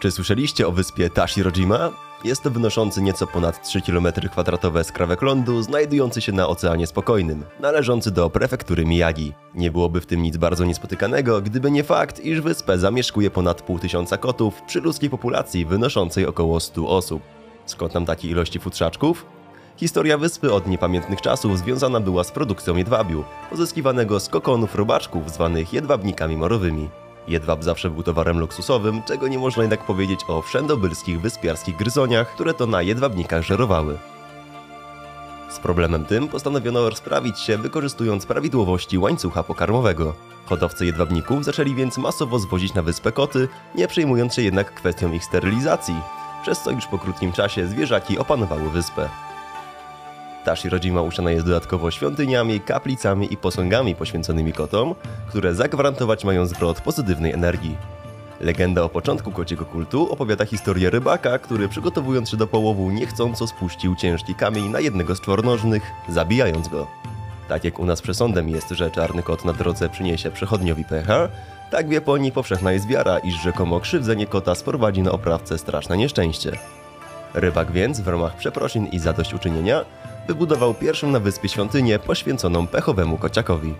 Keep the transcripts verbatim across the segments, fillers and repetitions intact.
Czy słyszeliście o wyspie Tashirojima? Jest to wynoszący nieco ponad trzy kilometry kwadratowe skrawek lądu, znajdujący się na Oceanie Spokojnym, należący do prefektury Miyagi. Nie byłoby w tym nic bardzo niespotykanego, gdyby nie fakt, iż wyspę zamieszkuje ponad pół tysiąca kotów przy ludzkiej populacji wynoszącej około stu osób. Skąd nam takiej ilości futrzaczków? Historia wyspy od niepamiętnych czasów związana była z produkcją jedwabiu, pozyskiwanego z kokonów robaczków zwanych jedwabnikami morowymi. Jedwab zawsze był towarem luksusowym, czego nie można jednak powiedzieć o wszędobylskich wyspiarskich gryzoniach, które to na jedwabnikach żerowały. Z problemem tym postanowiono rozprawić się, wykorzystując prawidłowości łańcucha pokarmowego. Hodowcy jedwabników zaczęli więc masowo zwozić na wyspę koty, nie przejmując się jednak kwestią ich sterylizacji, przez co już po krótkim czasie zwierzaki opanowały wyspę. Tashirojima usiana jest dodatkowo świątyniami, kaplicami i posągami poświęconymi kotom, które zagwarantować mają zwrot pozytywnej energii. Legenda o początku kociego kultu opowiada historię rybaka, który przygotowując się do połowu niechcąco spuścił ciężki kamień na jednego z czwornożnych, zabijając go. Tak jak u nas przesądem jest, że czarny kot na drodze przyniesie przechodniowi pecha, tak w Japonii powszechna jest wiara, iż rzekomo krzywdzenie kota sprowadzi na oprawcę straszne nieszczęście. Rybak więc w ramach przeprosin i zadośćuczynienia wybudował pierwszą na wyspie świątynię poświęconą pechowemu kociakowi.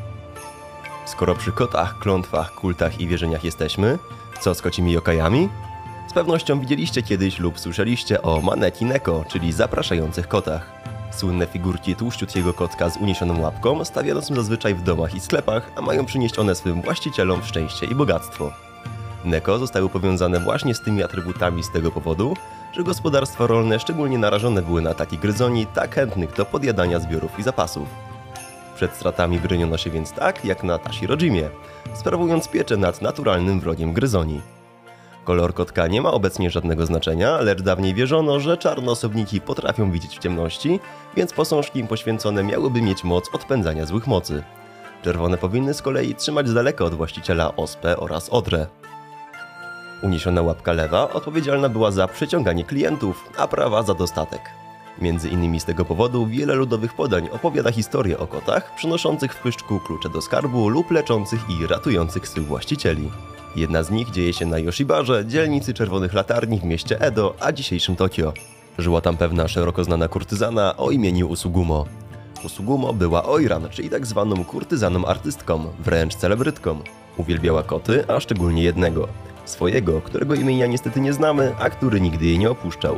Skoro przy kotach, klątwach, kultach i wierzeniach jesteśmy, co z kocimi jokajami? Z pewnością widzieliście kiedyś lub słyszeliście o maneki neko, czyli zapraszających kotach. Słynne figurki tłuściutkiego kotka z uniesioną łapką stawiano są zazwyczaj w domach i sklepach, a mają przynieść one swym właścicielom szczęście i bogactwo. Neko zostały powiązane właśnie z tymi atrybutami z tego powodu, że gospodarstwa rolne szczególnie narażone były na ataki gryzoni tak chętnych do podjadania zbiorów i zapasów. Przed stratami broniono się więc tak, jak na Tashirojimie, sprawując pieczę nad naturalnym wrogiem gryzoni. Kolor kotka nie ma obecnie żadnego znaczenia, lecz dawniej wierzono, że czarne osobniki potrafią widzieć w ciemności, więc posążki im poświęcone miałyby mieć moc odpędzania złych mocy. Czerwone powinny z kolei trzymać z daleka od właściciela ospę oraz odrę. Uniesiona łapka lewa odpowiedzialna była za przyciąganie klientów, a prawa za dostatek. Między innymi z tego powodu wiele ludowych podań opowiada historię o kotach przynoszących w pyszczku klucze do skarbu lub leczących i ratujących swych właścicieli. Jedna z nich dzieje się na Yoshibarze, dzielnicy Czerwonych Latarni w mieście Edo, a dzisiejszym Tokio. Żyła tam pewna szeroko znana kurtyzana o imieniu Usugumo. Usugumo była oiran, czyli tak zwaną kurtyzaną artystką, wręcz celebrytką. Uwielbiała koty, a szczególnie jednego. Swojego, którego imienia niestety nie znamy, a który nigdy jej nie opuszczał.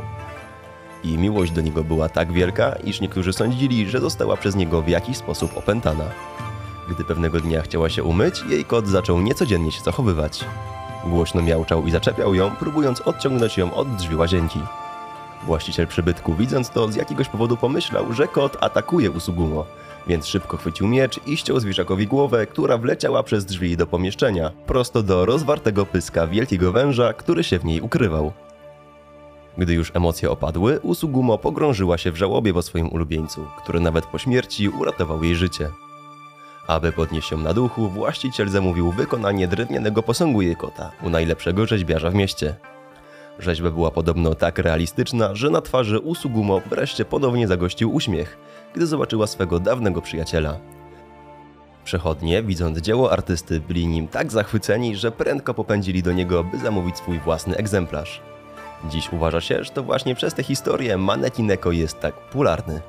I miłość do niego była tak wielka, iż niektórzy sądzili, że została przez niego w jakiś sposób opętana. Gdy pewnego dnia chciała się umyć, jej kot zaczął niecodziennie się zachowywać. Głośno miauczał i zaczepiał ją, próbując odciągnąć ją od drzwi łazienki. Właściciel przybytku, widząc to, z jakiegoś powodu pomyślał, że kot atakuje Usugumo, więc szybko chwycił miecz i ściął zwierzakowi głowę, która wleciała przez drzwi do pomieszczenia, prosto do rozwartego pyska wielkiego węża, który się w niej ukrywał. Gdy już emocje opadły, Usugumo pogrążyła się w żałobie po swoim ulubieńcu, który nawet po śmierci uratował jej życie. Aby podnieść ją na duchu, właściciel zamówił wykonanie drewnianego posągu jej kota u najlepszego rzeźbiarza w mieście. Rzeźba była podobno tak realistyczna, że na twarzy Usugumo wreszcie ponownie zagościł uśmiech, gdy zobaczyła swego dawnego przyjaciela. Przechodnie, widząc dzieło artysty, byli nim tak zachwyceni, że prędko popędzili do niego, by zamówić swój własny egzemplarz. Dziś uważa się, że to właśnie przez tę historię maneki neko jest tak popularny.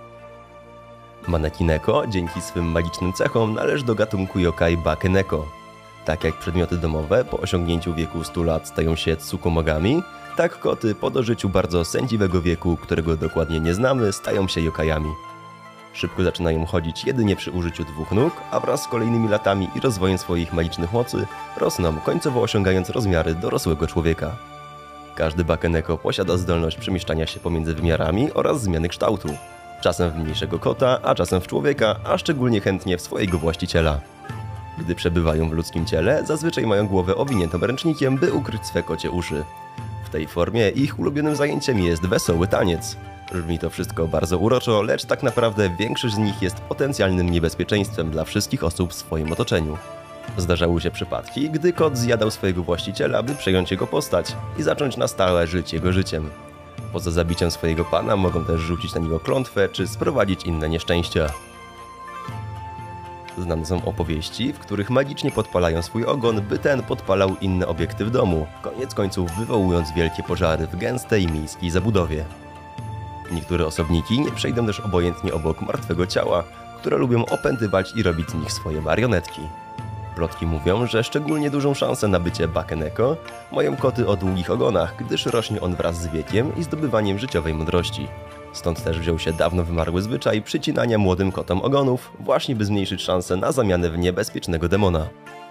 Maneki neko, dzięki swym magicznym cechom, należy do gatunku yokai bake neko. Tak jak przedmioty domowe po osiągnięciu wieku stu lat stają się tsukomogami, tak koty po dożyciu bardzo sędziwego wieku, którego dokładnie nie znamy, stają się yokajami. Szybko zaczynają chodzić jedynie przy użyciu dwóch nóg, a wraz z kolejnymi latami i rozwojem swoich magicznych mocy rosną, końcowo osiągając rozmiary dorosłego człowieka. Każdy bake neko posiada zdolność przemieszczania się pomiędzy wymiarami oraz zmiany kształtu. Czasem w mniejszego kota, a czasem w człowieka, a szczególnie chętnie w swojego właściciela. Gdy przebywają w ludzkim ciele, zazwyczaj mają głowę owiniętą ręcznikiem, by ukryć swe kocie uszy. W tej formie ich ulubionym zajęciem jest wesoły taniec. Brzmi to wszystko bardzo uroczo, lecz tak naprawdę większość z nich jest potencjalnym niebezpieczeństwem dla wszystkich osób w swoim otoczeniu. Zdarzały się przypadki, gdy kot zjadał swojego właściciela, by przejąć jego postać i zacząć na stałe żyć jego życiem. Poza zabiciem swojego pana mogą też rzucić na niego klątwę czy sprowadzić inne nieszczęścia. Znane są opowieści, w których magicznie podpalają swój ogon, by ten podpalał inne obiekty w domu, koniec końców wywołując wielkie pożary w gęstej miejskiej zabudowie. Niektóre osobniki nie przejdą też obojętnie obok martwego ciała, które lubią opętywać i robić z nich swoje marionetki. Plotki mówią, że szczególnie dużą szansę na bycie Bakeneko mają koty o długich ogonach, gdyż rośnie on wraz z wiekiem i zdobywaniem życiowej mądrości. Stąd też wziął się dawno wymarły zwyczaj przycinania młodym kotom ogonów, właśnie by zmniejszyć szansę na zamianę w niebezpiecznego demona.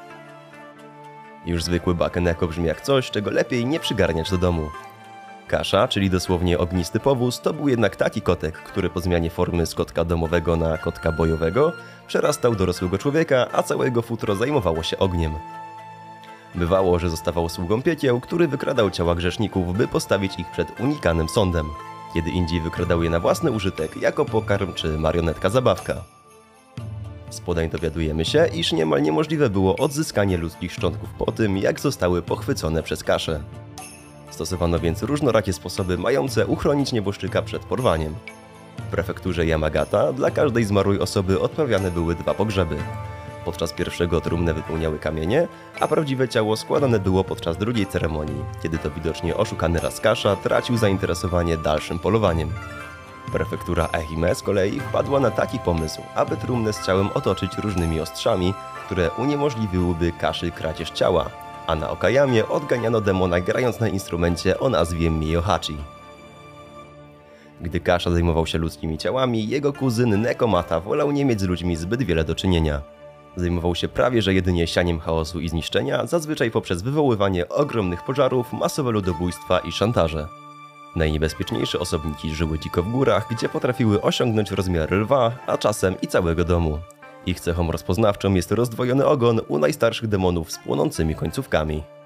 Już zwykły Bakeneko brzmi jak coś, czego lepiej nie przygarniać do domu. Kasza, czyli dosłownie ognisty powóz, to był jednak taki kotek, który po zmianie formy z kotka domowego na kotka bojowego przerastał dorosłego człowieka, a całe jego futro zajmowało się ogniem. Bywało, że zostawał sługą piekieł, który wykradał ciała grzeszników, by postawić ich przed unikanym sądem. Kiedy indziej wykradał je na własny użytek, jako pokarm czy marionetka zabawka. Z podań dowiadujemy się, iż niemal niemożliwe było odzyskanie ludzkich szczątków po tym, jak zostały pochwycone przez kaszę. Stosowano więc różnorakie sposoby mające uchronić nieboszczyka przed porwaniem. W prefekturze Yamagata dla każdej zmarłej osoby odprawiane były dwa pogrzeby. Podczas pierwszego trumnę wypełniały kamienie, a prawdziwe ciało składane było podczas drugiej ceremonii, kiedy to widocznie oszukany raz kasza tracił zainteresowanie dalszym polowaniem. Prefektura Ehime z kolei wpadła na taki pomysł, aby trumnę z ciałem otoczyć różnymi ostrzami, które uniemożliwiłyby kaszy kradzież ciała, a na Okayamie odganiano demona grając na instrumencie o nazwie Miyohachi. Gdy kasza zajmował się ludzkimi ciałami, jego kuzyn Nekomata wolał nie mieć z ludźmi zbyt wiele do czynienia. Zajmował się prawie że jedynie sianiem chaosu i zniszczenia, zazwyczaj poprzez wywoływanie ogromnych pożarów, masowe ludobójstwa i szantaże. Najniebezpieczniejsze osobniki żyły dziko w górach, gdzie potrafiły osiągnąć rozmiary lwa, a czasem i całego domu. Ich cechą rozpoznawczą jest rozdwojony ogon u najstarszych demonów z płonącymi końcówkami.